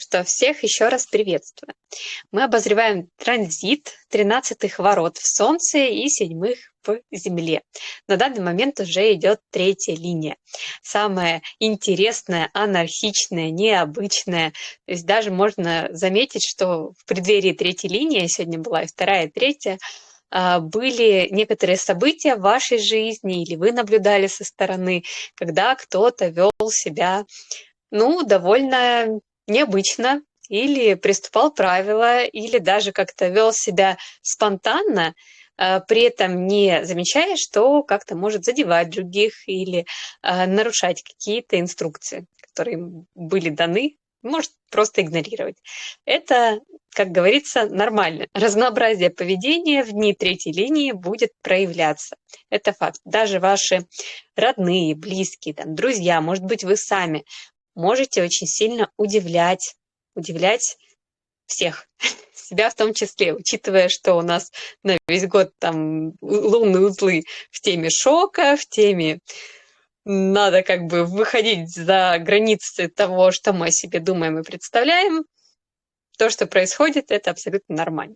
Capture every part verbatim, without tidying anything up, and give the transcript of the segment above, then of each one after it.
что всех еще раз приветствую. Мы обозреваем транзит тринадцатых ворот в Солнце и седьмых в Земле. На данный момент уже идет третья линия. Самая интересная, анархичная, необычная. То есть даже можно заметить, что в преддверии третьей линии, сегодня была и вторая, и третья, были некоторые события в вашей жизни, или вы наблюдали со стороны, когда кто-то вел себя, ну, довольно необычно, или приступал правила, или даже как-то вел себя спонтанно, при этом не замечая, что как-то может задевать других или нарушать какие-то инструкции, которые им были даны, может просто игнорировать. Это, как говорится, нормально. Разнообразие поведения в дни третьей линии будет проявляться. Это факт. Даже ваши родные, близкие, там, друзья, может быть, вы сами можете очень сильно удивлять, удивлять всех, себя в том числе, учитывая, что у нас на весь год там лунные узлы в теме шока, в теме надо как бы выходить за границы того, что мы о себе думаем и представляем. То, что происходит, это абсолютно нормально.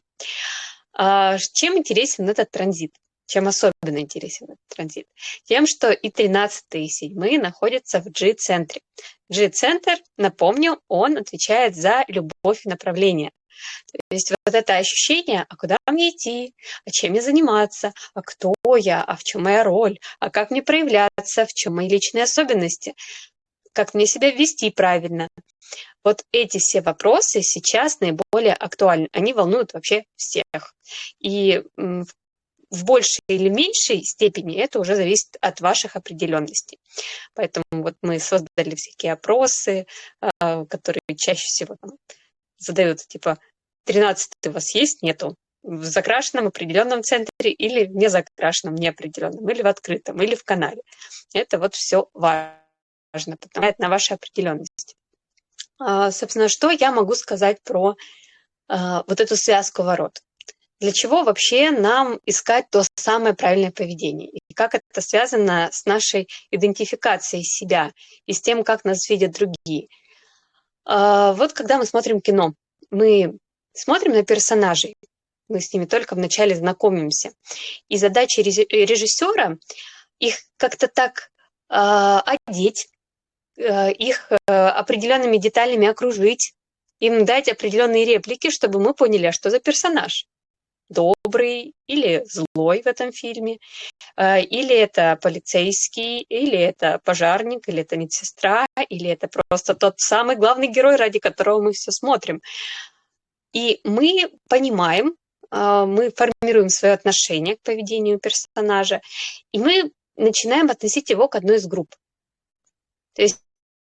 А чем интересен этот транзит? Чем особенно интересен этот транзит? Тем, что и тринадцатый, и седьмой находятся в G-центре. G-центр, напомню, он отвечает за любовь и направление. То есть вот это ощущение, а куда мне идти, а чем мне заниматься, а кто я, а в чем моя роль, а как мне проявляться, в чем мои личные особенности, как мне себя вести правильно. Вот эти все вопросы сейчас наиболее актуальны. Они волнуют вообще всех. И в большей или меньшей степени это уже зависит от ваших определенностей. Поэтому вот мы создали всякие опросы, которые чаще всего там задают, типа, тринадцатый у вас есть, нету, в закрашенном определенном центре или в незакрашенном неопределенном, или в открытом, или в канале. Это вот все важно, потому что это на вашей определенности. Собственно, что я могу сказать про вот эту связку ворот? Для чего вообще нам искать то самое правильное поведение? И как это связано с нашей идентификацией себя и с тем, как нас видят другие? Вот когда мы смотрим кино, мы смотрим на персонажей, мы с ними только вначале знакомимся. И задача режиссера их как-то так одеть, их определенными деталями окружить, им дать определенные реплики, чтобы мы поняли, а что за персонаж. Добрый или злой в этом фильме, или это полицейский, или это пожарник, или это медсестра, или это просто тот самый главный герой, ради которого мы все смотрим. И мы понимаем, мы формируем свое отношение к поведению персонажа, и мы начинаем относить его к одной из групп. То есть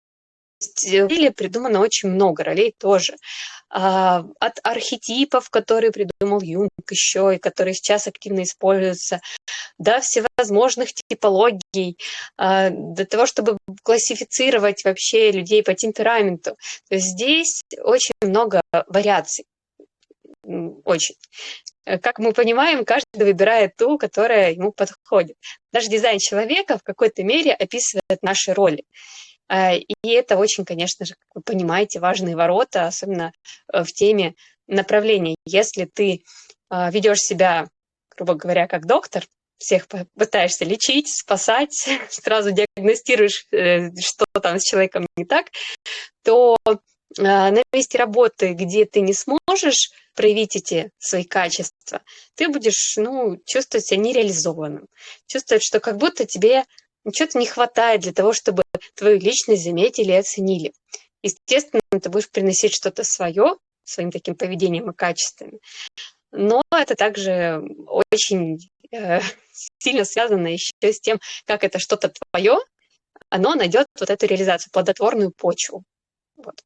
или придумано очень много ролей тоже. От архетипов, которые придумал Юнг еще, и которые сейчас активно используются, до всевозможных типологий, до того, чтобы классифицировать вообще людей по темпераменту. То есть здесь очень много вариаций. Очень. Как мы понимаем, каждый выбирает ту, которая ему подходит. Даже дизайн человека в какой-то мере описывает наши роли. И это очень, конечно же, как вы понимаете, важные ворота, особенно в теме направления. Если ты ведешь себя, грубо говоря, как доктор, всех пытаешься лечить, спасать, сразу диагностируешь, что там с человеком не так, то на месте работы, где ты не сможешь проявить эти свои качества, ты будешь, ну, чувствовать себя нереализованным, чувствовать, что как будто тебе чего-то не хватает для того, чтобы твою личность заметили и оценили. Естественно, ты будешь приносить что-то свое, своим таким поведением и качествами. Но это также очень э, сильно связано еще с тем, как это что-то твое, оно найдет вот эту реализацию, плодотворную почву. Вот.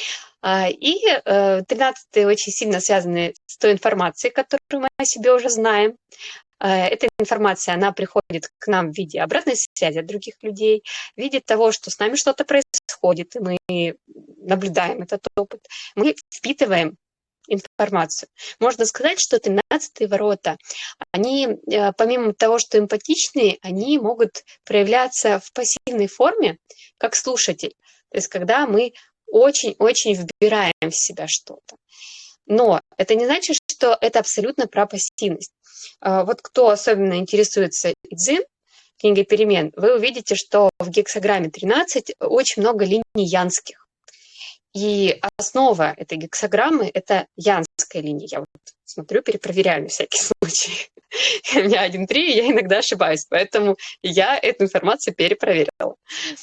И тринадцатые очень сильно связаны с той информацией, которую мы о себе уже знаем. Эта информация, она приходит к нам в виде обратной связи от других людей, в виде того, что с нами что-то происходит, и мы наблюдаем этот опыт. Мы впитываем информацию. Можно сказать, что тринадцатые ворота, они, помимо того, что эмпатичные, они могут проявляться в пассивной форме, как слушатель. То есть когда мы очень-очень вбираем в себя что-то. Но это не значит, что это абсолютно про пассивность. Вот кто особенно интересуется Идзин, книгой перемен, вы увидите, что в гексаграмме тринадцать очень много линий янских. И основа этой гексаграммы – это янская линия. Я вот смотрю, перепроверяю на всякий случай. У меня один три, я иногда ошибаюсь, поэтому я эту информацию перепроверила.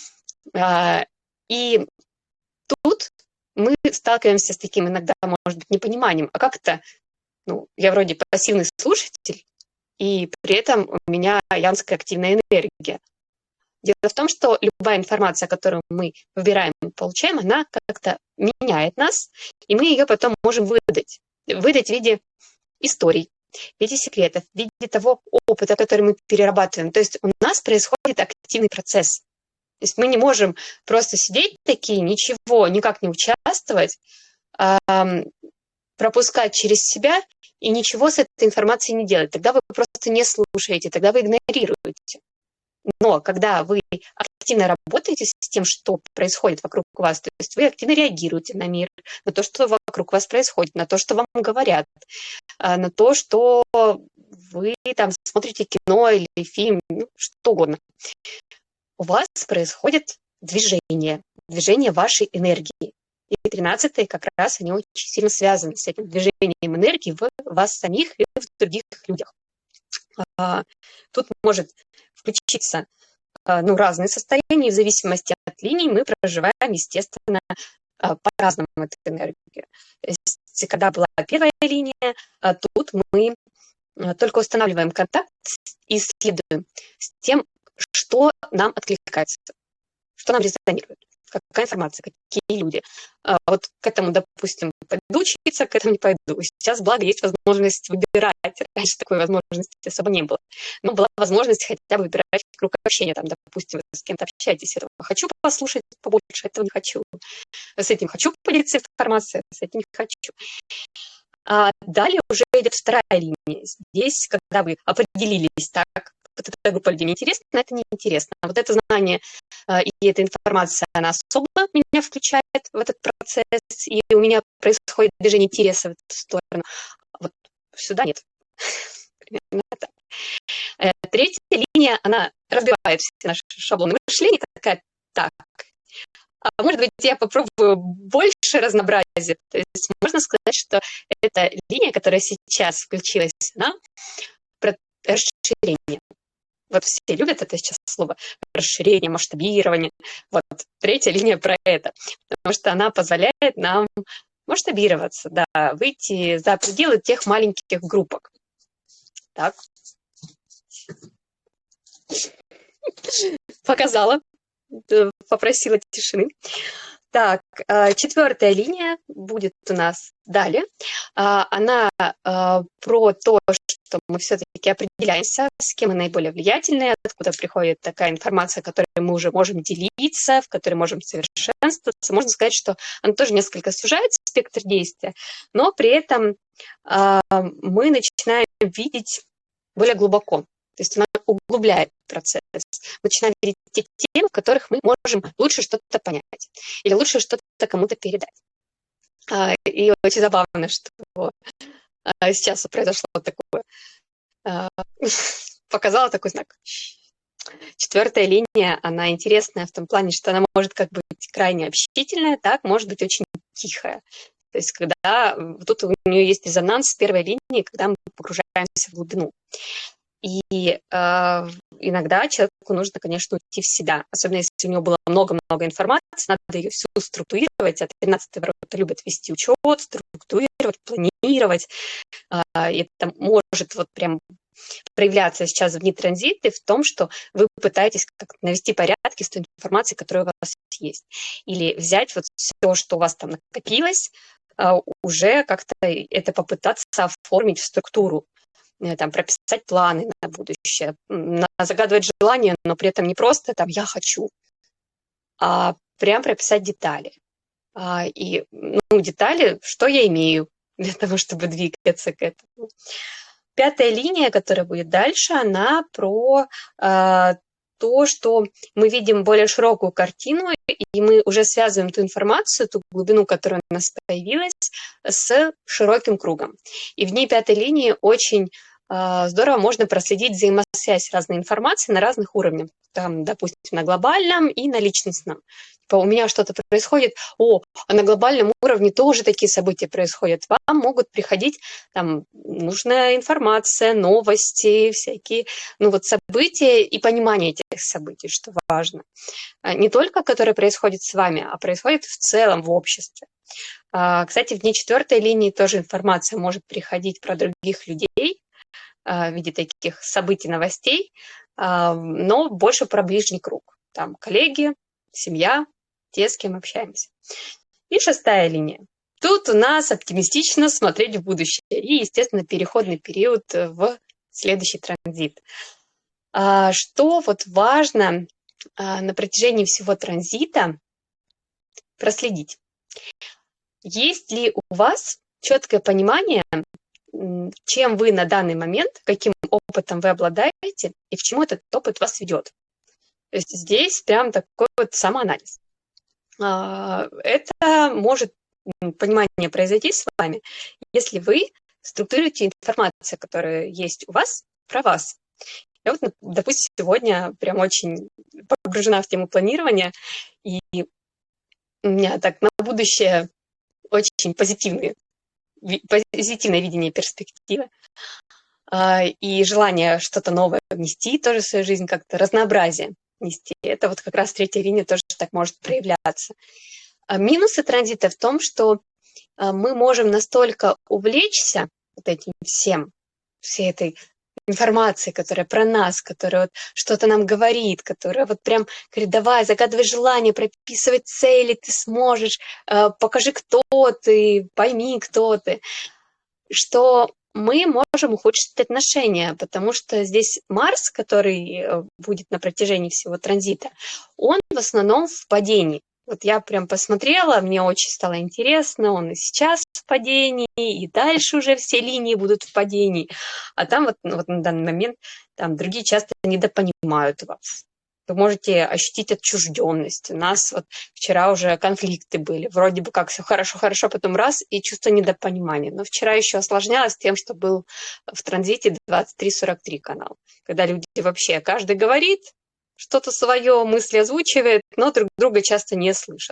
И тут мы сталкиваемся с таким иногда, может быть, непониманием. А как это? Ну, я вроде пассивный слушатель, и при этом у меня янская активная энергия. Дело в том, что любая информация, которую мы выбираем и получаем, она как-то меняет нас, и мы ее потом можем выдать. Выдать в виде историй, в виде секретов, в виде того опыта, который мы перерабатываем. То есть у нас происходит активный процесс. То есть мы не можем просто сидеть такие, ничего, никак не участвовать, пропускать через себя и ничего с этой информацией не делать. Тогда вы просто не слушаете, тогда вы игнорируете. Но когда вы активно работаете с тем, что происходит вокруг вас, то есть вы активно реагируете на мир, на то, что вокруг вас происходит, на то, что вам говорят, на то, что вы там смотрите кино или фильм, ну, что угодно, у вас происходит движение, движение вашей энергии. И тринадцатые как раз они очень сильно связаны с этим движением энергии в вас самих и в других людях. Тут может включиться ну, разные состояния, в зависимости от линий мы проживаем, естественно, по-разному эту энергию. То есть, когда была первая линия, тут мы только устанавливаем контакт и исследуем с тем, что нам откликается, что нам резонирует, какая информация, какие люди. Вот к этому, допустим, пойду учиться, к этому не пойду. Сейчас, благо, есть возможность выбирать. Раньше такой возможности особо не было. Но была возможность хотя бы выбирать круг общения. Там, допустим, вы с кем-то общаетесь, этого хочу послушать побольше, этого не хочу. С этим хочу поделиться информацией, с этим не хочу. А далее уже идет вторая линия. Здесь, когда вы определились так, вот эта группа людей мне интересна, но это неинтересно. Вот это знание э, и эта информация, она особо меня включает в этот процесс, и у меня происходит движение интереса в эту сторону. Вот сюда нет. Примерно так. Э, третья линия, она разбивает все наши шаблоны мышления, такая, так, а может быть, я попробую больше разнообразия. То есть можно сказать, что эта линия, которая сейчас включилась, она про расширение. Вот все любят это сейчас слово расширение, масштабирование. Вот третья линия про это, потому что она позволяет нам масштабироваться, да, выйти за пределы тех маленьких группок. Так. Показала, попросила тишины. Так, четвертая линия будет у нас далее. Она про то, что мы все-таки определяемся, с кем мы наиболее влиятельны, откуда приходит такая информация, которой мы уже можем делиться, в которой можем совершенствоваться. Можно сказать, что она тоже несколько сужает спектр действия, но при этом мы начинаем видеть более глубоко. То есть она углубляет процесс. Начинаем видеть те темы, в которых мы можем лучше что-то понять или лучше что-то кому-то передать. И очень забавно, что сейчас произошло такое. Показала такой знак. Четвертая линия, она интересная в том плане, что она может как быть крайне общительная, так может быть очень тихая. То есть когда тут у нее есть резонанс с первой линии, когда мы погружаемся в глубину. И э, иногда человеку нужно, конечно, уйти в себя, особенно если у него было много-много информации, надо ее всю структурировать, а тринадцатые ворота любят вести учет, структурировать, планировать. Э, и это может вот прям проявляться сейчас в дни транзита в том, что вы пытаетесь как-то навести порядки с той информацией, которая у вас есть. Или взять вот все, что у вас там накопилось, э, уже как-то это попытаться оформить в структуру. Там, прописать планы на будущее, загадывать желания, но при этом не просто там «я хочу», а прям прописать детали. И ну, детали, что я имею для того, чтобы двигаться к этому. Пятая линия, которая будет дальше, она про э, то, что мы видим более широкую картину, и мы уже связываем ту информацию, ту глубину, которая у нас появилась, с широким кругом. И в дни пятой линии очень э, здорово можно проследить взаимосвязь разной информации на разных уровнях. Там, допустим, на глобальном и на личностном. Типа, у меня что-то происходит, о, а на глобальном уровне тоже такие события происходят. Вам могут приходить там нужная информация, новости, всякие, ну вот события и понимание этих событий, что важно. Не только, которые происходят с вами, а происходит в целом в обществе. Кстати, в дни четвертой линии тоже информация может приходить про других людей в виде таких событий, новостей, но больше про ближний круг. Там коллеги, семья, те, с кем общаемся. И шестая линия. Тут у нас оптимистично смотреть в будущее и, естественно, переходный период в следующий транзит. Что вот важно на протяжении всего транзита проследить? Есть ли у вас четкое понимание, чем вы на данный момент, каким опытом вы обладаете и к чему этот опыт вас ведет? То есть здесь прям такой вот самоанализ. Это может понимание произойти с вами, если вы структурируете информацию, которая есть у вас, про вас. Я вот, допустим, сегодня прям очень погружена в тему планирования, и у меня так на будущее очень позитивные, позитивное видение перспективы и желание что-то новое внести тоже в свою жизнь, как-то разнообразие нести. Это вот как раз третья линия тоже так может проявляться. Минусы транзита в том, что мы можем настолько увлечься вот этим всем, всей этой информацией, которая про нас, которая вот что-то нам говорит, которая вот прям говорит, давай, загадывай желание, прописывай цели, ты сможешь, покажи, кто ты, пойми, кто ты, что мы можем ухудшить отношения, потому что здесь Марс, который будет на протяжении всего транзита, он в основном в падении. Вот я прям посмотрела, мне очень стало интересно, он и сейчас в падении, и дальше уже все линии будут в падении. А там вот, вот на данный момент там другие часто недопонимают вас. Вы можете ощутить отчужденность. У нас вот вчера уже конфликты были. Вроде бы как все хорошо-хорошо, потом раз, и чувство недопонимания. Но вчера еще осложнялось тем, что был в транзите двадцать три сорок три канал. Когда люди вообще, каждый говорит что-то свое, мысли озвучивает, но друг друга часто не слышат.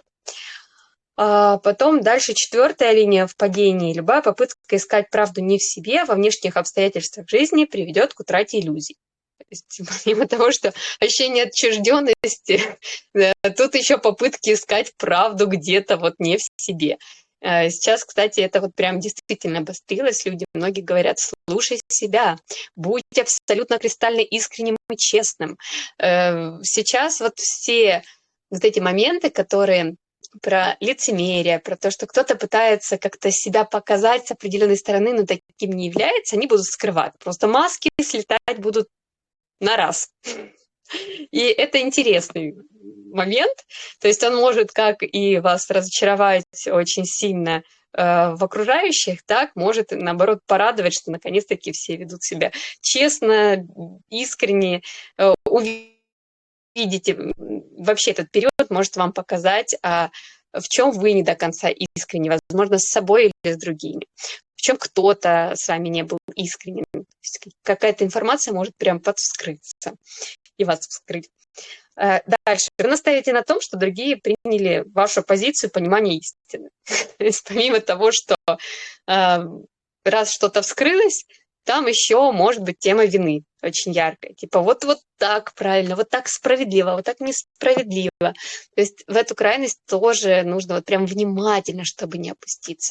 А потом дальше четвертая линия в падении. Любая попытка искать правду не в себе, а во внешних обстоятельствах жизни приведет к утрате иллюзий. То есть, помимо того, что ощущение отчужденности, тут еще попытки искать правду где-то вот не в себе. Сейчас, кстати, это вот прям действительно обострилось. Люди, многие говорят, слушай себя, будь абсолютно кристально искренним и честным. Сейчас вот все вот эти моменты, которые про лицемерие, про то, что кто-то пытается как-то себя показать с определенной стороны, но таким не является, они будут скрывать. Просто маски слетать будут на раз. И это интересный момент. То есть он может как и вас разочаровать очень сильно э, в окружающих, так может, наоборот, порадовать, что наконец-таки все ведут себя честно, искренне. Э, увидите, вообще этот период может вам показать, а в чем вы не до конца искренне, возможно, с собой или с другими. В чем кто-то с вами не был искренним. Какая-то информация может прям подвскрыться и вас вскрыть. Дальше. Вы настаиваете на том, что другие приняли вашу позицию понимания истины. То есть помимо того, что э, раз что-то вскрылось, там еще может быть тема вины очень яркая. Типа вот, вот так правильно, вот так справедливо, вот так несправедливо. То есть в эту крайность тоже нужно вот прям внимательно, чтобы не опуститься.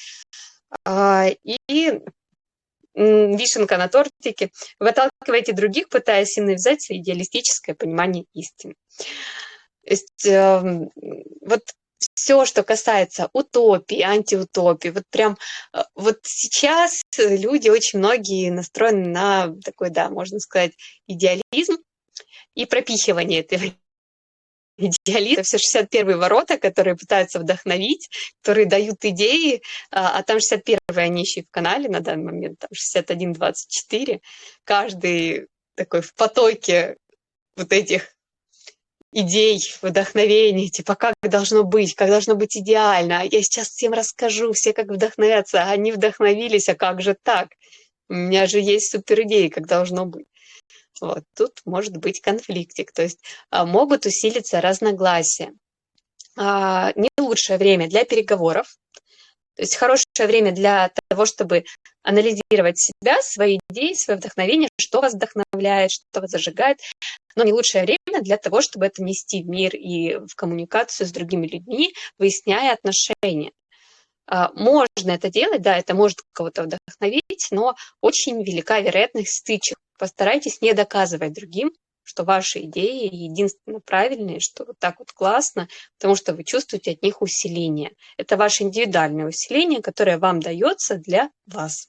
И вишенка на тортике. Вы отталкиваете других, пытаясь им навязать свое идеалистическое понимание истины. То есть э, вот все, что касается утопии, антиутопии, вот прям э, вот сейчас люди очень многие настроены на такой, да, можно сказать, идеализм и пропихивание этого идеализм. Все шестьдесят первые ворота, которые пытаются вдохновить, которые дают идеи, а, а там шестьдесят первые они еще и в канале на данный момент, там шестьдесят один двадцать четыре. Каждый такой в потоке вот этих идей, вдохновений, типа как должно быть, как должно быть идеально. Я сейчас всем расскажу, все как вдохновятся, а они вдохновились, а как же так? У меня же есть супер идеи, как должно быть. Вот тут может быть конфликтик, то есть а, могут усилиться разногласия. А, не лучшее время для переговоров, то есть хорошее время для того, чтобы анализировать себя, свои идеи, свое вдохновение, что вас вдохновляет, что вас зажигает, но не лучшее время для того, чтобы это нести в мир и в коммуникацию с другими людьми, выясняя отношения. Можно это делать, да, это может кого-то вдохновить, но очень велика вероятность стычек. Постарайтесь не доказывать другим, что ваши идеи единственно правильные, что вот так вот классно, потому что вы чувствуете от них усиление. Это ваше индивидуальное усиление, которое вам дается для вас.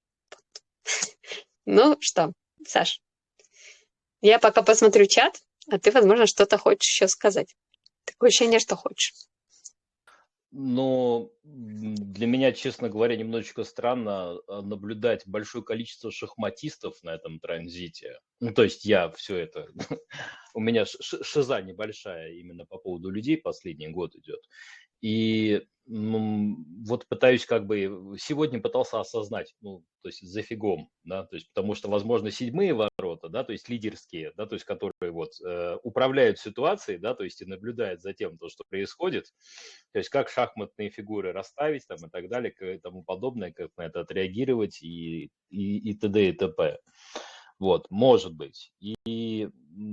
Ну что, Саш, я пока посмотрю чат, а ты, возможно, что-то хочешь еще сказать. Такое ощущение, что хочешь. Но для меня, честно говоря, немножечко странно наблюдать большое количество шахматистов на этом транзите. Ну, то есть я все это... У меня шиза небольшая именно по поводу людей последний год идет. И ну, вот пытаюсь как бы... Сегодня пытался осознать, ну, то есть зафигом, да, то есть потому что, возможно, седьмые ворота, да, то есть лидерские, да, то есть которые вот э, управляют ситуацией, да, то есть и наблюдают за тем, то, что происходит, то есть как шахматные фигуры расставить там и так далее, и тому подобное, как на это отреагировать и, и, и т.д. и т.п. Вот, может быть. И, и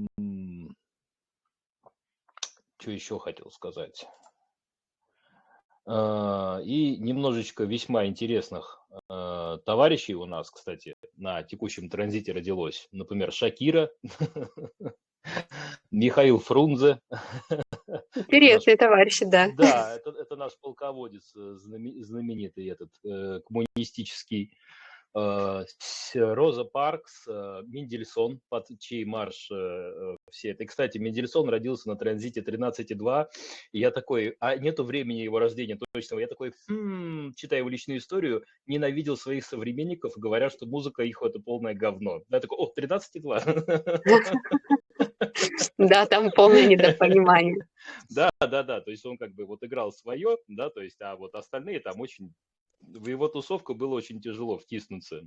что еще хотел сказать? И немножечко весьма интересных э, товарищей у нас, кстати, на текущем транзите родилось. Например, Шакира, Михаил Фрунзе. Интересные товарищи, да. Да, это, это наш полководец знаменитый, этот э, коммунистический. Э, Роза Паркс, э, Мендельсон, под чей марш э, все это. И, кстати, Мендельсон родился на транзите тринадцать два, и я такой, а нету времени его рождения точного, я такой, хм, читая его личную историю, ненавидел своих современников, говоря, что музыка их это полное говно. Я такой, о, тринадцать два. Да, там полное недопонимание. Да, да, да, то есть он как бы вот играл свое, да, то есть, а вот остальные там очень, в его тусовку было очень тяжело втиснуться.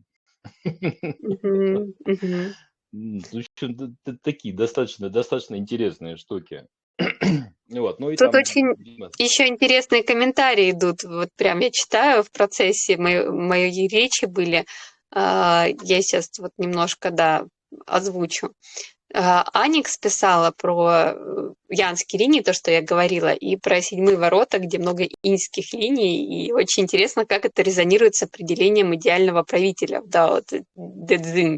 Такие достаточно, достаточно интересные штуки. Вот, ну и Тут там... очень еще интересные комментарии идут. Вот прям я читаю в процессе моей, моей речи были. Я сейчас вот немножко, да, озвучу. Аникс писала про янские линии, то, что я говорила, и про седьмые ворота, где много иньских линий, и очень интересно, как это резонирует с определением идеального правителя, да, вот Дэцзин.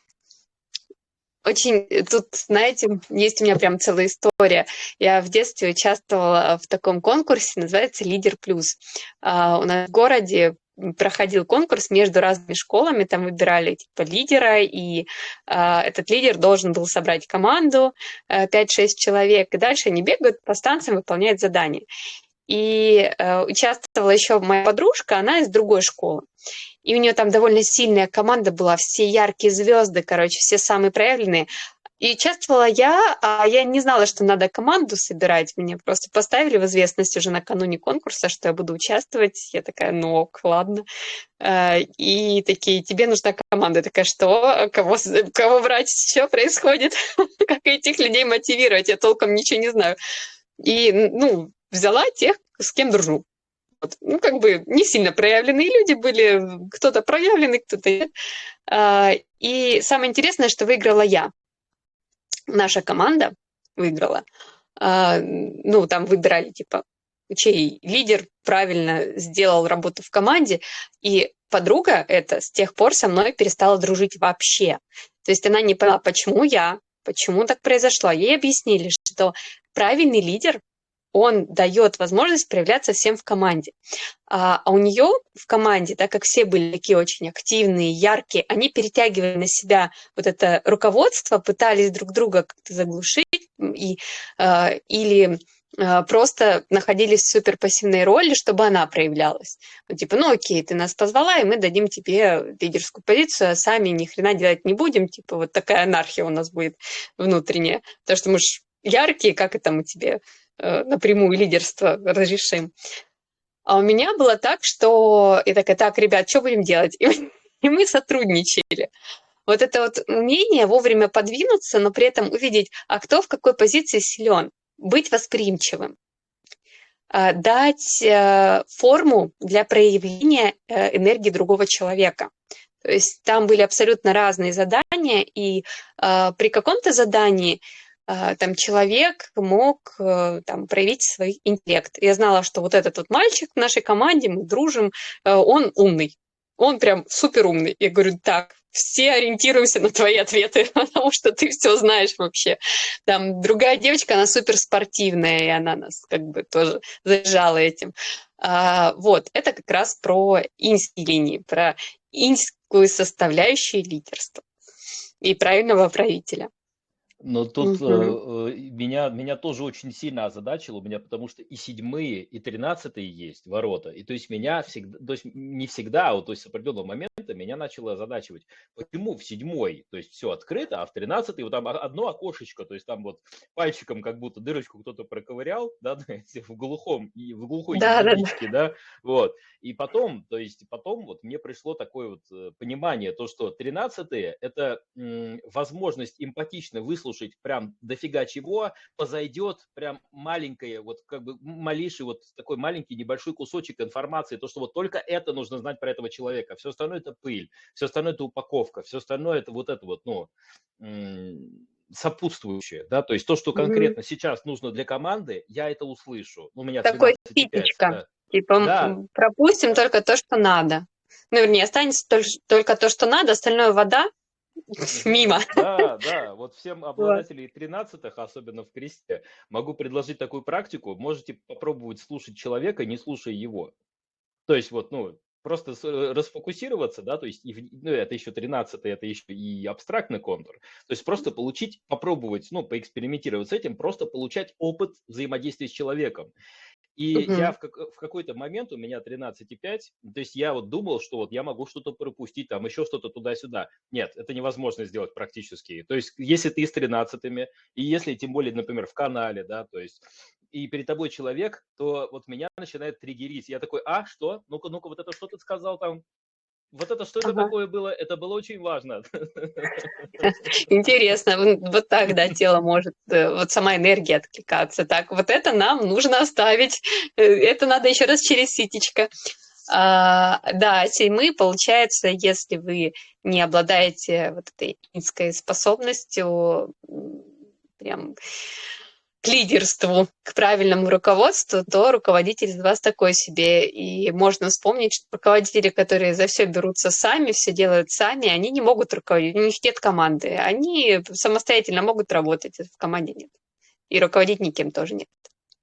Очень, тут, знаете, есть у меня прям целая история. Я в детстве участвовала в таком конкурсе, называется «Лидер плюс». У нас в городе проходил конкурс между разными школами, там выбирали типа лидера, и э, этот лидер должен был собрать команду, э, пять-шесть человек, и дальше они бегают по станциям, выполняют задания. И э, участвовала еще моя подружка, она из другой школы. И у нее там довольно сильная команда была, все яркие звезды, короче, все самые проявленные. И участвовала я, а я не знала, что надо команду собирать. Меня просто поставили в известность уже накануне конкурса, что я буду участвовать. Я такая, ну ок, ладно. И такие, тебе нужна команда. Я такая, что? Кого, кого брать? Что происходит? Как этих людей мотивировать? Я толком ничего не знаю. И, ну, взяла тех, с кем дружу. Вот. Ну, как бы не сильно проявленные люди были. Кто-то проявленный, кто-то нет. И самое интересное, что выиграла я. Наша команда выиграла. Ну, там выбирали, типа, чей лидер правильно сделал работу в команде. И подруга эта с тех пор со мной перестала дружить вообще. То есть она не поняла, почему я, почему так произошло. Ей объяснили, что правильный лидер, он дает возможность проявляться всем в команде. А, а у нее в команде, так как все были такие очень активные, яркие, они перетягивали на себя вот это руководство, пытались друг друга как-то заглушить и, а, или э, просто находились в суперпассивной роли, чтобы она проявлялась. Ну, типа, ну окей, ты нас позвала, и мы дадим тебе лидерскую позицию, а сами ни хрена делать не будем. Типа, вот такая анархия у нас будет внутренняя. Потому что мы ж яркие, как это мы тебе э, напрямую лидерство разрешим. А у меня было так, что я такая, так, ребят, что будем делать? И мы, и мы сотрудничали. Вот это вот умение вовремя подвинуться, но при этом увидеть, а кто в какой позиции силен, быть восприимчивым, а, дать э, форму для проявления э, энергии другого человека. То есть там были абсолютно разные задания, и э, при каком-то задании э, там человек мог э, там, проявить свой интеллект. Я знала, что вот этот вот мальчик в нашей команде, мы дружим, э, он умный. Он прям супер умный. Я говорю, так, все ориентируемся на твои ответы, потому что ты все знаешь вообще. Там другая девочка, она супер спортивная, и она нас как бы тоже зажала этим. А, вот, это как раз про иньские линии, про иньскую составляющую лидерства и правильного правителя. Но тут э, Мгм. э, меня, меня тоже очень сильно озадачило, у меня потому что и седьмые, и тринадцатые есть ворота. И то есть меня всегда, то есть не всегда, а вот то есть с определенного момента меня начало озадачивать, почему в седьмой, то есть все открыто, а в тринадцатый вот там о- одно окошечко, то есть там вот пальчиком как будто дырочку кто-то проковырял, да, в глухом, и в глухой Да, да, да. единичке, да, вот. И потом, то есть потом вот мне пришло такое вот э, понимание, то, что тринадцатые это м, возможность эмпатично выслушать прям дофига чего, позайдет прям маленькое, вот как бы малейший вот такой маленький небольшой кусочек информации, то, что вот только это нужно знать про этого человека, все остальное это пыль, все остальное это упаковка, все остальное это вот это вот, ну, м, сопутствующее, да, то есть то, что Мгм. конкретно сейчас нужно для команды, я это услышу. У меня Такой тринадцать и пять, фитечка. да. Типа Да, м, пропустим да, только то, что надо. Ну, вернее, останется толь- только то, что надо, остальное вода мимо. мгм. Да, да, вот всем Вот. обладателей тринадцатых, особенно в кресте, могу предложить такую практику. Можете попробовать слушать человека, не слушая его. То есть вот, ну, просто с- э, расфокусироваться, да, то есть, и в- ну, это еще тринадцатый, это еще и абстрактный контур. То есть просто получить, попробовать, ну, поэкспериментировать с этим, просто получать опыт взаимодействия с человеком. И я Мгм. в, как, в какой-то момент, у меня тринадцать и пять, то есть я вот думал, что вот я могу что-то пропустить, там еще что-то туда-сюда. Нет, это невозможно сделать практически. То есть если ты с тринадцатыми, и если тем более, например, в канале, да, то есть и перед тобой человек, то вот меня начинает триггерить. Я такой, а, что? Ну-ка, ну-ка, вот это что ты сказал там? Вот это что это Ага. такое было? Это было очень важно. Интересно, м, вот так, да, тело может, э, вот сама энергия откликаться. Так, вот это нам нужно оставить, э, это надо еще раз через ситечко. А, да, седьмые, получается, если вы не обладаете вот этой инской способностью, м, прям к лидерству, к правильному руководству, то руководитель из вас такой себе. И можно вспомнить, что руководители, которые за все берутся сами, все делают сами, они не могут руководить, у них нет команды. Они самостоятельно могут работать, а в команде нет. И руководить никем тоже нет.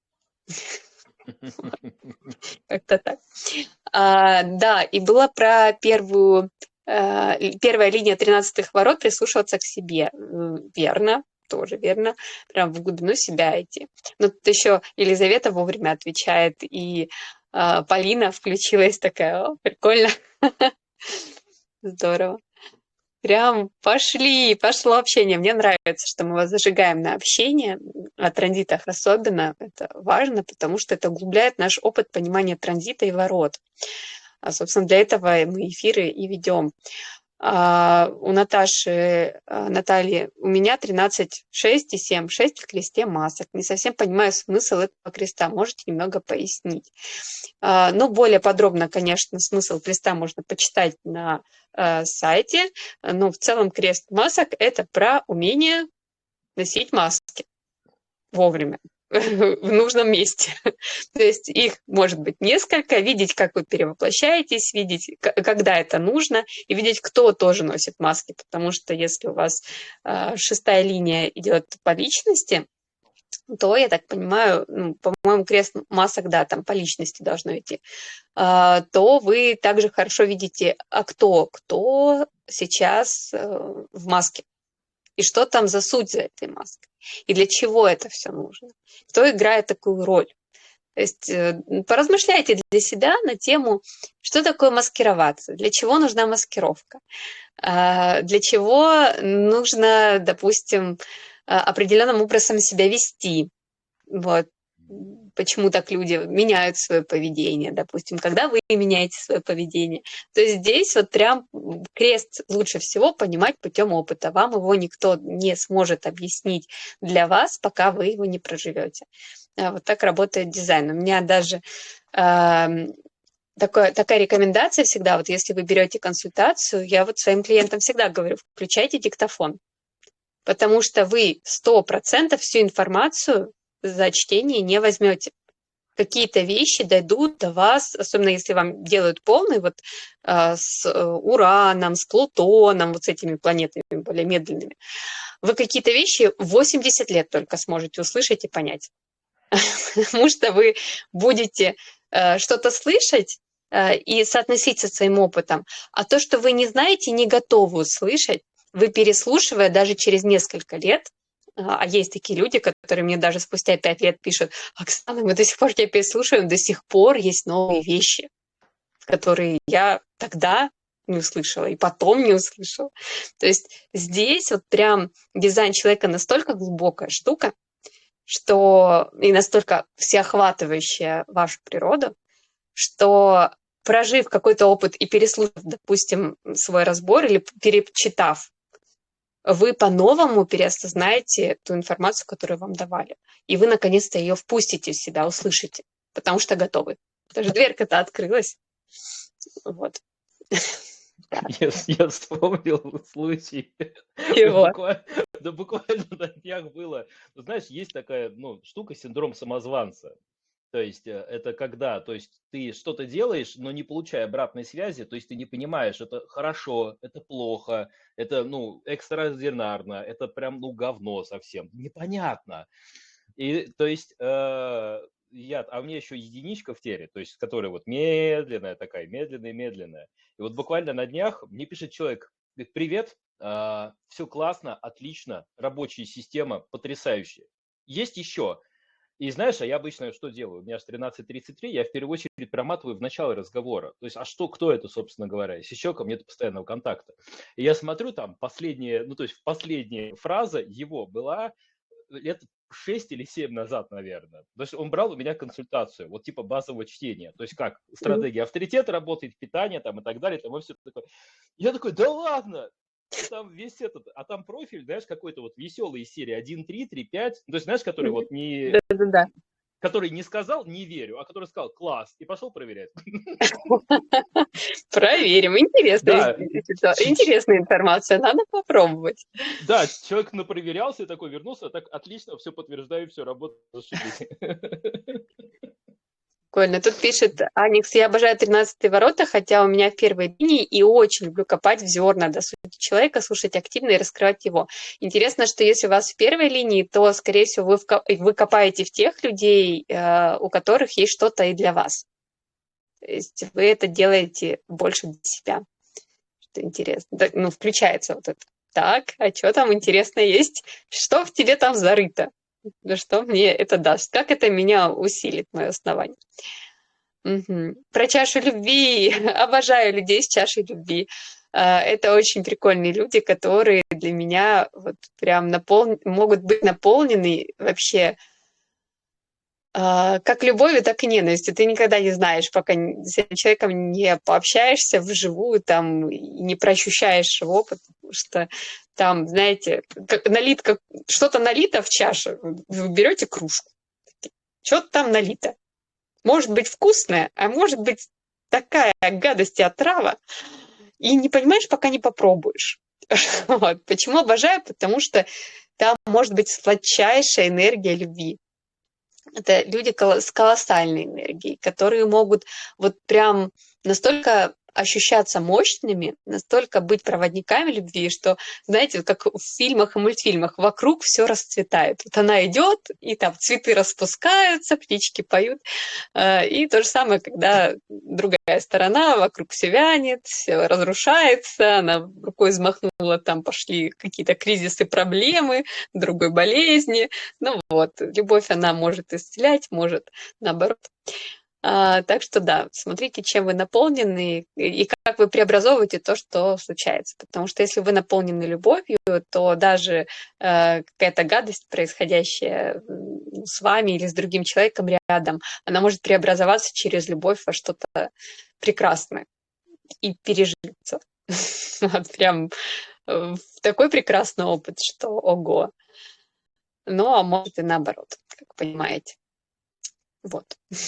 Как-то так. А, да, и была про первую, э, первая линия тринадцатых ворот прислушиваться к себе. М, Верно, тоже верно. Прям в глубину себя идти. Но тут еще Елизавета вовремя отвечает, и а, Полина включилась такая, о, прикольно, здорово. Прям пошли, пошло общение. Мне нравится, что мы вас зажигаем на общение, о транзитах особенно. Это важно, потому что это углубляет наш опыт понимания транзита и ворот. А, собственно, для этого мы эфиры и ведем. А, у Наташи, а, Натальи, у меня тринадцать шесть и семь, шесть в кресте масок. Не совсем понимаю смысл этого креста. Можете немного пояснить? А, ну, более подробно, конечно, смысл креста можно почитать на э, сайте. Но в целом крест масок– это про умение носить маски вовремя, в нужном месте. То есть их может быть несколько, видеть, как вы перевоплощаетесь, видеть, когда это нужно, и видеть, кто тоже носит маски. Потому что если у вас э, шестая линия идет по личности, то, я так понимаю, ну, по-моему, крест масок, да, там по личности должно идти, а, то вы также хорошо видите, а кто, кто сейчас э, в маске. и что там за суть за этой маской, и для чего это все нужно, кто играет такую роль. То есть поразмышляйте для себя на тему, что такое маскироваться, для чего нужна маскировка, для чего нужно, допустим, определенным образом себя вести. Вот. Почему так люди меняют свое поведение, допустим, когда вы меняете свое поведение. То есть здесь вот прям крест лучше всего понимать путем опыта. Вам его никто не сможет объяснить для вас, пока вы его не проживете. Вот так работает дизайн. У меня даже э, такое, такая рекомендация всегда, вот если вы берете консультацию, я вот своим клиентам всегда говорю, включайте диктофон, потому что вы сто процентов всю информацию за чтение не возьмете. Какие-то вещи дойдут до вас, особенно если вам делают полный, вот э, с э, Ураном, с Плутоном, вот с этими планетами более медленными. Вы какие-то вещи восемьдесят лет только сможете услышать и понять. Потому что вы будете э, что-то слышать э, и соотносить со своим опытом. А то, что вы не знаете, не готовы услышать, вы, переслушивая даже через несколько лет, а есть такие люди, которые мне даже спустя пять лет пишут: Оксана, мы до сих пор тебя переслушиваем, до сих пор есть новые вещи, которые я тогда не услышала и потом не услышала. То есть здесь вот прям дизайн человека настолько глубокая штука, что и настолько всеохватывающая вашу природу, что прожив какой-то опыт и переслушав, допустим, свой разбор или перечитав, вы по-новому переосознаете ту информацию, которую вам давали. И вы, наконец-то, ее впустите в себя, услышите, потому что готовы. Даже дверка-то открылась. Вот. Я, я вспомнил случай. Чего? Да буквально, да буквально на днях было. Ну, знаешь, есть такая ну, штука, синдром самозванца. То есть э, это когда, то есть ты что-то делаешь, но не получая обратной связи, то есть ты не понимаешь, это хорошо, это плохо, это ну экстраординарно, это прям ну говно совсем, непонятно. И то есть э, я, а у меня еще единичка в теле, то есть которая вот медленная такая, медленная-медленная. И вот буквально на днях мне пишет человек, говорит: привет, э, все классно, отлично, рабочая система потрясающая. Есть еще. И знаешь, а я обычно что делаю? У меня же тринадцать тридцать три, я в первую очередь проматываю в начало разговора. То есть, а что, кто это, собственно говоря? Если человеком нет постоянного контакта. И я смотрю, там последняя, ну то есть последняя фраза его была лет шесть или семь назад, наверное. То есть он брал у меня консультацию, вот типа базового чтения. То есть как стратегия авторитета работает, питание там и так далее. Там и все такое. Я такой: да ладно! И там весь этот, а там профиль, знаешь, какой-то вот веселый из серии один три, три пять, то есть, знаешь, который вот не, Да-да-да. который не сказал «не верю», а который сказал «класс» и пошел проверять. Проверим. Интересная, Да, интересная информация. Надо попробовать. да, человек напроверялся и такой вернулся, так отлично, все подтверждаю, все работает, зашибись. Прикольно. Тут пишет Аникс: я обожаю тринадцатые ворота, хотя у меня в первой линии, и очень люблю копать в зерна до сути человека, слушать активно и раскрывать его. Интересно, что если у вас в первой линии, то, скорее всего, вы, вко- вы копаете в тех людей, э, у которых есть что-то и для вас. То есть вы это делаете больше для себя. Что интересно. Да, ну, включается вот это. Так, а что там интересно есть? Что в тебе там зарыто? Да что мне это даст? Как это меня усилит, мое основание? Мгм. Про чашу любви. Обожаю людей с чашей любви. А, Это очень прикольные люди, которые для меня вот прям напол- могут быть наполнены вообще а, как любовью, так и ненавистью. Ты никогда не знаешь, пока н- с этим человеком не пообщаешься вживую там, и не прощущаешь его, потому что там, знаете, как налит, как, что-то налито в чаше, вы берете кружку, что-то там налито. Может быть вкусная, а может быть такая гадость и отрава, и не понимаешь, пока не попробуешь. Вот. Почему обожаю? Потому что там может быть сладчайшая энергия любви. Это люди коло- с колоссальной энергией, которые могут вот прям настолько ощущаться мощными, настолько быть проводниками любви, что, знаете, как в фильмах и мультфильмах, вокруг все расцветает. Вот она идет, и там цветы распускаются, птички поют. И то же самое, когда другая сторона, вокруг все вянет, все разрушается, она рукой взмахнула, там пошли какие-то кризисы, проблемы, другой болезни. Ну вот, любовь, она может исцелять, может наоборот. А, так что да, смотрите, чем вы наполнены и как вы преобразовываете то, что случается. Потому что если вы наполнены любовью, то даже э, какая-то гадость, происходящая с вами или с другим человеком рядом, она может преобразоваться через любовь во что-то прекрасное и пережиться. Вот прям в такой прекрасный опыт, что ого. Ну, а может и наоборот, как понимаете. Вот.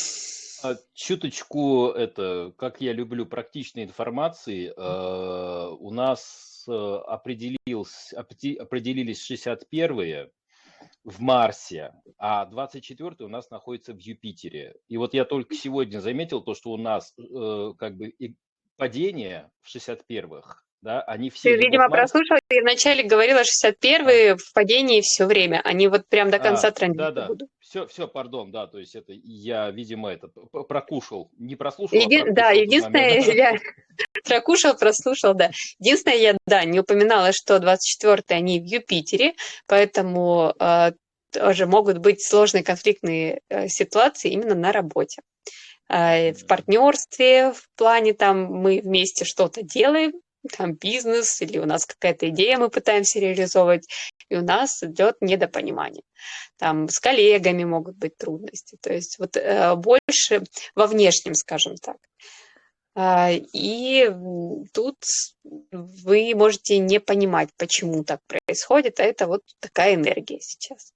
А, Чуточку, это, как я люблю практичной информации, э, у нас э, определился, опреди- определились шестьдесят первые в Марсе, а двадцать четвёртые у нас находится в Юпитере. И вот я только сегодня заметил то, что у нас э, как бы и падение в шестьдесят первых, да, они все Ты, либо в видимо, Марсе. прослушал, и вначале говорила шестьдесят первые в падении все время. Они вот прям до конца А, транзита да-да, будут. все, все, пардон, да, то есть это я, видимо, это п- прокушал, не прослушал, а Еди... Да, прокушал тот момент. единственное, я прокушал, прослушал, да. Единственное, я, да, не упоминала, что двадцать четвёртые они в Юпитере, поэтому э, тоже могут быть сложные конфликтные э, ситуации именно на работе. Э, в Мгм. партнерстве, в плане там мы вместе что-то делаем, там бизнес или у нас какая-то идея мы пытаемся реализовывать, и у нас идет недопонимание. Там с коллегами могут быть трудности. То есть вот э, больше во внешнем, скажем так. А, И м, тут вы можете не понимать, почему так происходит, а это вот такая энергия сейчас.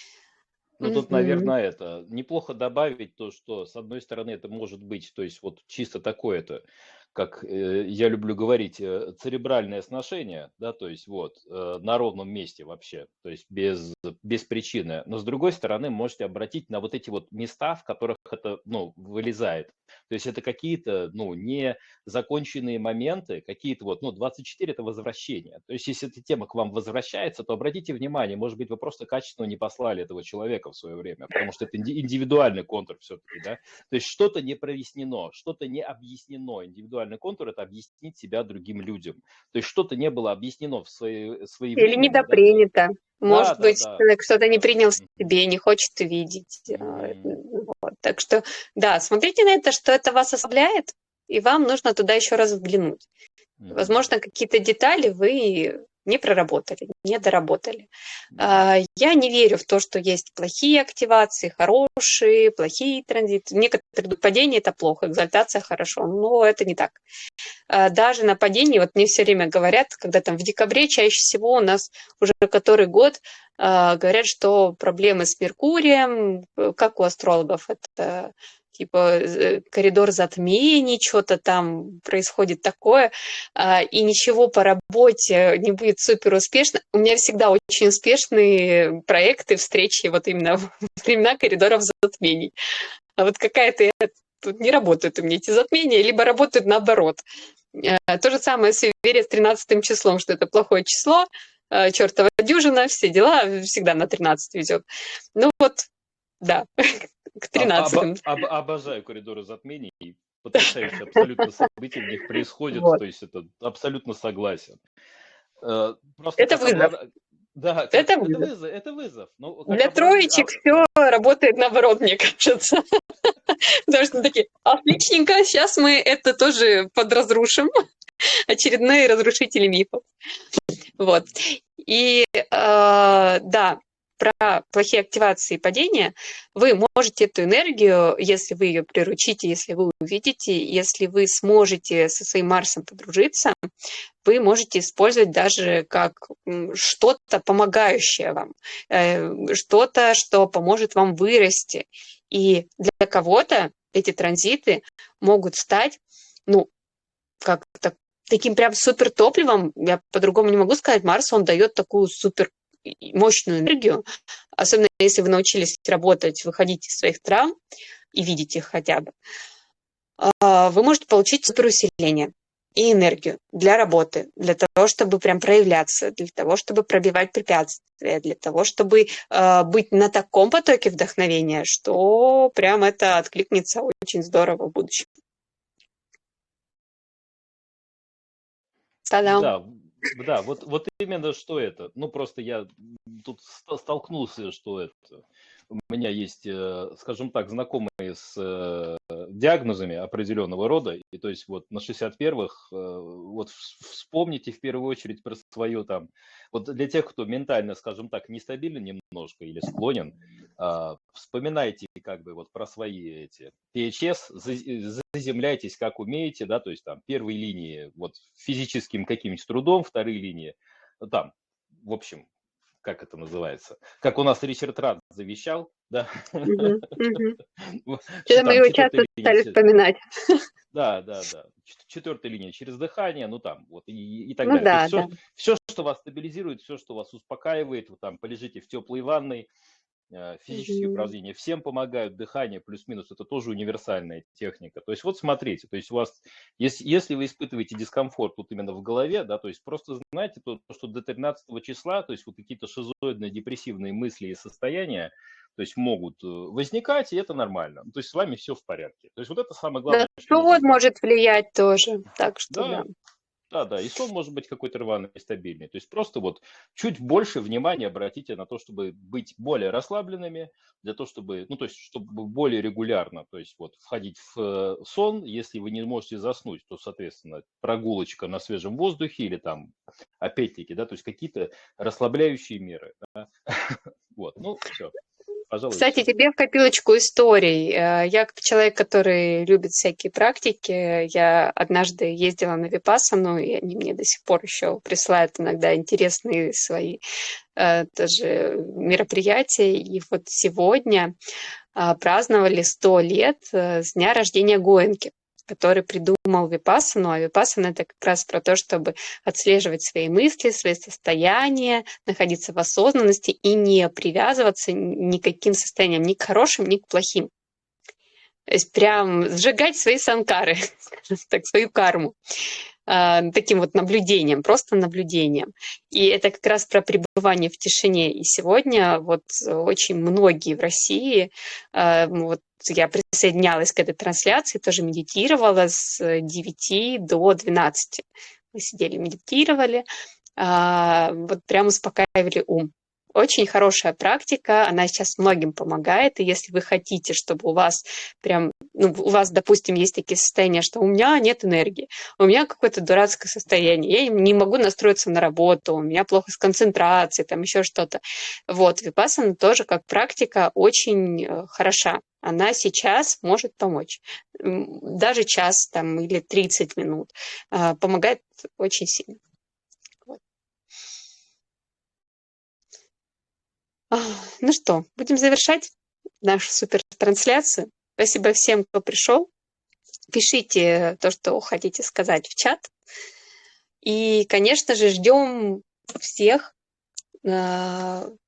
Ну, тут, Мгм. наверное, это неплохо добавить то, что, с одной стороны, это может быть, то есть вот чисто такое-то, как э, я люблю говорить, э, церебральное сношение, да, то есть вот э, на ровном месте вообще, то есть без, без причины. Но, с другой стороны, можете обратить на вот эти вот места, в которых это, ну, вылезает. То есть это какие-то, ну, не законченные моменты, какие-то вот, ну, двадцать четыре это возвращение. То есть если эта тема к вам возвращается, то обратите внимание, может быть, вы просто качественно не послали этого человека в свое время, потому что это инди- индивидуальный контур все-таки, да. То есть что-то не прояснено, что-то не объяснено. Индивидуальный контур – это объяснить себя другим людям. То есть что-то не было объяснено в свое, Или своевременно, да, то есть, недопринято. да, Может да, быть, да, человек что-то не да. принял в Мгм. себе, не хочет увидеть. А, Мгм. Вот. Так что, да, смотрите на это, что это вас ослабляет, и вам нужно туда еще раз взглянуть. Мгм. Возможно, какие-то детали вы не проработали, не доработали. Мгм. А, Я не верю в то, что есть плохие активации, хорошие, плохие транзиты. Некоторые идут падения – это плохо, экзальтация – хорошо, но это не так. А, Даже на падении, вот мне все время говорят, когда там в декабре чаще всего у нас уже который год а, говорят, что проблемы с Меркурием, э, как у астрологов, это типа э, коридор затмений, что-то там происходит такое, а, и ничего по работе не будет супер успешно. У меня всегда очень успешные проекты, встречи вот именно в времена коридоров затмений. А вот какая-то тут не работают у меня эти затмения, либо работают наоборот. Э, То же самое с Вере с тринадцатым числом, что это плохое число, э, чертова дюжина, все дела, всегда на тринадцать везет. Ну вот, да, к Об- обо- тринадцатым. об- обожаю коридоры затмений. Потрясающие абсолютно события в них происходят. Вот. То есть это абсолютно согласен. Э, Просто Это как вызов. облад... Да, как... Это это вызов. вызов, это вызов. Ну, как Для облад... троечек а, все да. работает наоборот, мне кажется. Потому что такие, отличненько, сейчас мы это тоже подразрушим. Очередные разрушители мифов. Вот. И э, да, про плохие активации и падения, вы можете эту энергию, если вы ее приручите, если вы увидите, если вы сможете со своим Марсом подружиться, вы можете использовать даже как что-то помогающее вам, э, что-то, что поможет вам вырасти. И для кого-то эти транзиты могут стать, ну, как-то таким прям супер топливом, я по-другому не могу сказать, Марс, он дает такую супер мощную энергию, особенно если вы научились работать, выходить из своих травм и видеть их хотя бы, вы можете получить суперусиление. и энергию для работы, для того, чтобы прям проявляться, для того, чтобы пробивать препятствия, для того, чтобы э, быть на таком потоке вдохновения, что прям это откликнется очень здорово в будущем. Та-дам! Да, да, вот, вот именно что это. Ну, просто я тут ст- столкнулся, что это. У меня есть, э, скажем так, знакомые с э, диагнозами определенного рода. И то есть вот на шестьдесят первых, э, вот вс- вспомните в первую очередь про свое там. Вот для тех, кто ментально, скажем так, нестабилен немножко или склонен, а, вспоминайте как бы вот про свои эти пи эйч эс, за- заземляйтесь как умеете, да, то есть там первые линии вот физическим каким-нибудь трудом, вторые линии, ну, там, в общем, как это называется, как у нас Ричард Радд завещал, да, Мгм, мгм. что Что-то мы там его четвертая часто линия, стали вспоминать. да, да, да, четвертая линия через дыхание, ну там, вот, и, и так Ну далее. То есть да, все, да. все, что вас стабилизирует, все, что вас успокаивает, вы там полежите в теплой ванной, э, физические Мгм. упражнения всем помогают, дыхание плюс-минус, это тоже универсальная техника. То есть вот смотрите, то есть у вас, если, если вы испытываете дискомфорт вот именно в голове, да, то есть просто знайте то, что до тринадцатого числа, то есть вот какие-то шизоидные депрессивные мысли и состояния, то есть могут э, возникать, и это нормально. То есть с вами все в порядке. То есть вот это самое Да, главное, что нужно погода знать. может влиять тоже, так что да. Да, да, да, и сон может быть какой-то рваный, нестабильный. То есть просто вот чуть больше внимания обратите на то, чтобы быть более расслабленными, для того, чтобы, ну, то есть, чтобы более регулярно, то есть вот входить в э, сон, если вы не можете заснуть, то, соответственно, прогулочка на свежем воздухе или там, опять-таки, да, то есть какие-то расслабляющие меры. Да? Вот, ну, все, пожалуй, Кстати, все. тебе в копилочку историй. Э, Я как человек, который любит всякие практики, я однажды ездила на Випассану, и они мне до сих пор еще присылают иногда интересные свои э, тоже мероприятия. И вот сегодня а, праздновали сто лет э, с дня рождения Гоэнки, который придумал Випассану. А Випассана — это как раз про то, чтобы отслеживать свои мысли, свои состояния, находиться в осознанности и не привязываться никаким состоянием, ни к хорошим, ни к плохим. То есть прям сжигать свои санкары, скажем так, свою карму а, таким вот наблюдением, просто наблюдением. И это как раз про пребывание в тишине. И сегодня вот очень многие в России, а, вот я присоединялась к этой трансляции, тоже медитировала с девяти до двенадцати. Мы сидели, медитировали, а, вот прям успокаивали ум. Очень хорошая практика, она сейчас многим помогает, и если вы хотите, чтобы у вас прям, ну, у вас, допустим, есть такие состояния, что у меня нет энергии, у меня какое-то дурацкое состояние, я не могу настроиться на работу, у меня плохо с концентрацией, там еще что-то. Вот, випассана тоже как практика очень э, хороша. Она сейчас может помочь. Даже час там, или тридцать минут. Э, помогает очень сильно. Вот. Ну что, будем завершать нашу супертрансляцию. Спасибо всем, кто пришел. Пишите то, что хотите сказать в чат. И, конечно же, ждем всех